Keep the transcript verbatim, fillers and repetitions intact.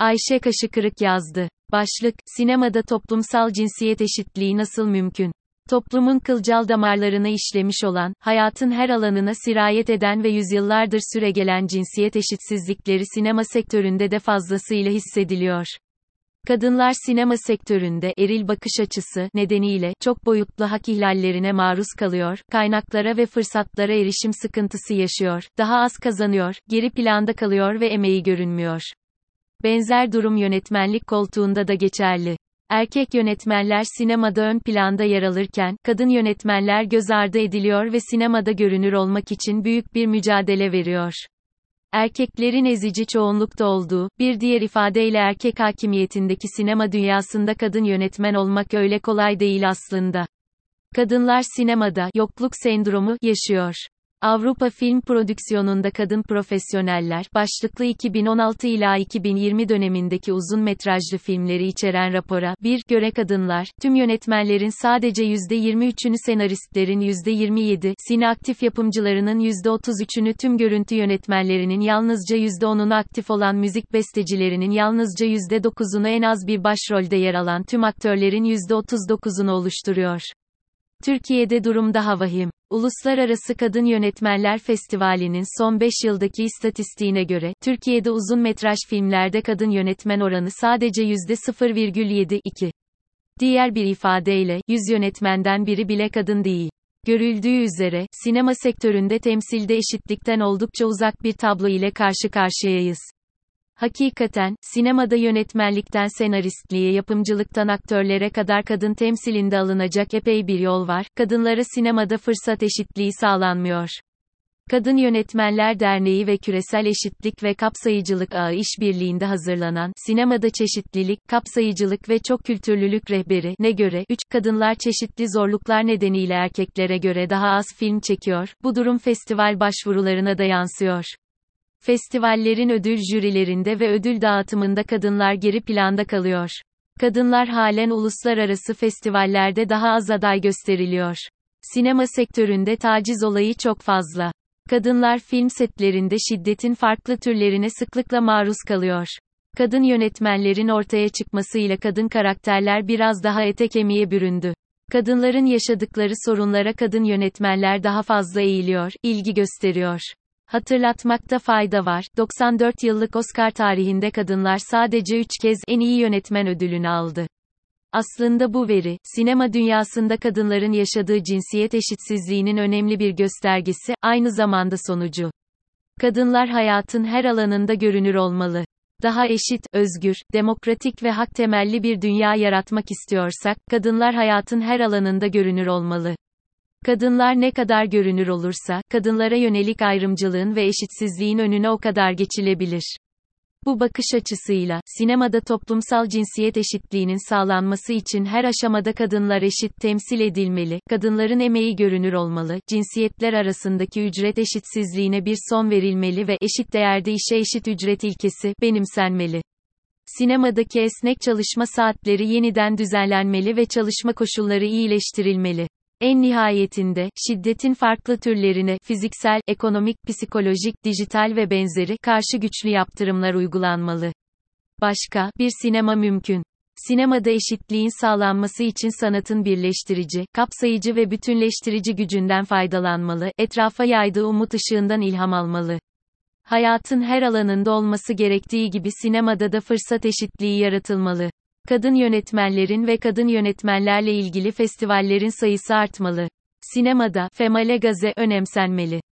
Ayşe Kaşıkırık yazdı. Başlık, sinemada toplumsal cinsiyet eşitliği nasıl mümkün? Toplumun kılcal damarlarına işlemiş olan, hayatın her alanına sirayet eden ve yüzyıllardır süregelen cinsiyet eşitsizlikleri sinema sektöründe de fazlasıyla hissediliyor. Kadınlar sinema sektöründe eril bakış açısı nedeniyle çok boyutlu hak ihlallerine maruz kalıyor, kaynaklara ve fırsatlara erişim sıkıntısı yaşıyor, daha az kazanıyor, geri planda kalıyor ve emeği görünmüyor. Benzer durum yönetmenlik koltuğunda da geçerli. Erkek yönetmenler sinemada ön planda yer alırken, kadın yönetmenler göz ardı ediliyor ve sinemada görünür olmak için büyük bir mücadele veriyor. Erkeklerin ezici çoğunlukta olduğu, bir diğer ifadeyle erkek hakimiyetindeki sinema dünyasında kadın yönetmen olmak öyle kolay değil aslında. Kadınlar sinemada yokluk sendromu yaşıyor. Avrupa Film Prodüksiyonunda Kadın Profesyoneller başlıklı iki bin on altı ila iki bin yirmi dönemindeki uzun metrajlı filmleri içeren rapora bir göre kadınlar, tüm yönetmenlerin sadece yüzde yirmi üçünü, senaristlerin yüzde yirmi yedisini, aktif yapımcılarının yüzde otuz üçünü, tüm görüntü yönetmenlerinin yalnızca yüzde onunu, aktif olan müzik bestecilerinin yalnızca yüzde dokuzunu, en az bir başrolde yer alan tüm aktörlerin yüzde otuz dokuzunu oluşturuyor. Türkiye'de durum daha vahim. Uluslararası Kadın Yönetmenler Festivali'nin son beş yıldaki istatistiğine göre, Türkiye'de uzun metraj filmlerde kadın yönetmen oranı sadece yüzde sıfır virgül yirmi iki. Diğer bir ifadeyle, yüz yönetmenden biri bile kadın değil. Görüldüğü üzere, sinema sektöründe temsilde eşitlikten oldukça uzak bir tablo ile karşı karşıyayız. Hakikaten, sinemada yönetmenlikten senaristliğe, yapımcılıktan aktörlere kadar kadın temsilinde alınacak epey bir yol var, kadınlara sinemada fırsat eşitliği sağlanmıyor. Kadın Yönetmenler Derneği ve Küresel Eşitlik ve Kapsayıcılık Ağı işbirliğinde hazırlanan, Sinemada Çeşitlilik, Kapsayıcılık ve Çokkültürlülük Rehberi ne göre, üç kadınlar çeşitli zorluklar nedeniyle erkeklere göre daha az film çekiyor, bu durum festival başvurularına da yansıyor. Festivallerin ödül jürilerinde ve ödül dağıtımında kadınlar geri planda kalıyor. Kadınlar halen uluslararası festivallerde daha az aday gösteriliyor. Sinema sektöründe taciz olayı çok fazla. Kadınlar film setlerinde şiddetin farklı türlerine sıklıkla maruz kalıyor. Kadın yönetmenlerin ortaya çıkmasıyla kadın karakterler biraz daha ete kemiğe büründü. Kadınların yaşadıkları sorunlara kadın yönetmenler daha fazla eğiliyor, ilgi gösteriyor. Hatırlatmakta fayda var, doksan dört yıllık Oscar tarihinde kadınlar sadece üç kez en iyi yönetmen ödülünü aldı. Aslında bu veri, sinema dünyasında kadınların yaşadığı cinsiyet eşitsizliğinin önemli bir göstergesi, aynı zamanda sonucu. Kadınlar hayatın her alanında görünür olmalı. Daha eşit, özgür, demokratik ve hak temelli bir dünya yaratmak istiyorsak, kadınlar hayatın her alanında görünür olmalı. Kadınlar ne kadar görünür olursa, kadınlara yönelik ayrımcılığın ve eşitsizliğin önüne o kadar geçilebilir. Bu bakış açısıyla, sinemada toplumsal cinsiyet eşitliğinin sağlanması için her aşamada kadınlar eşit temsil edilmeli, kadınların emeği görünür olmalı, cinsiyetler arasındaki ücret eşitsizliğine bir son verilmeli ve eşit değerde işe eşit ücret ilkesi benimsenmeli. Sinemadaki esnek çalışma saatleri yeniden düzenlenmeli ve çalışma koşulları iyileştirilmeli. En nihayetinde, şiddetin farklı türlerine, fiziksel, ekonomik, psikolojik, dijital ve benzeri, karşı güçlü yaptırımlar uygulanmalı. Başka, bir sinema mümkün. Sinemada eşitliğin sağlanması için sanatın birleştirici, kapsayıcı ve bütünleştirici gücünden faydalanmalı, etrafa yaydığı umut ışığından ilham almalı. Hayatın her alanında olması gerektiği gibi sinemada da fırsat eşitliği yaratılmalı. Kadın yönetmenlerin ve kadın yönetmenlerle ilgili festivallerin sayısı artmalı. Sinemada, Female Gaze önemsenmeli.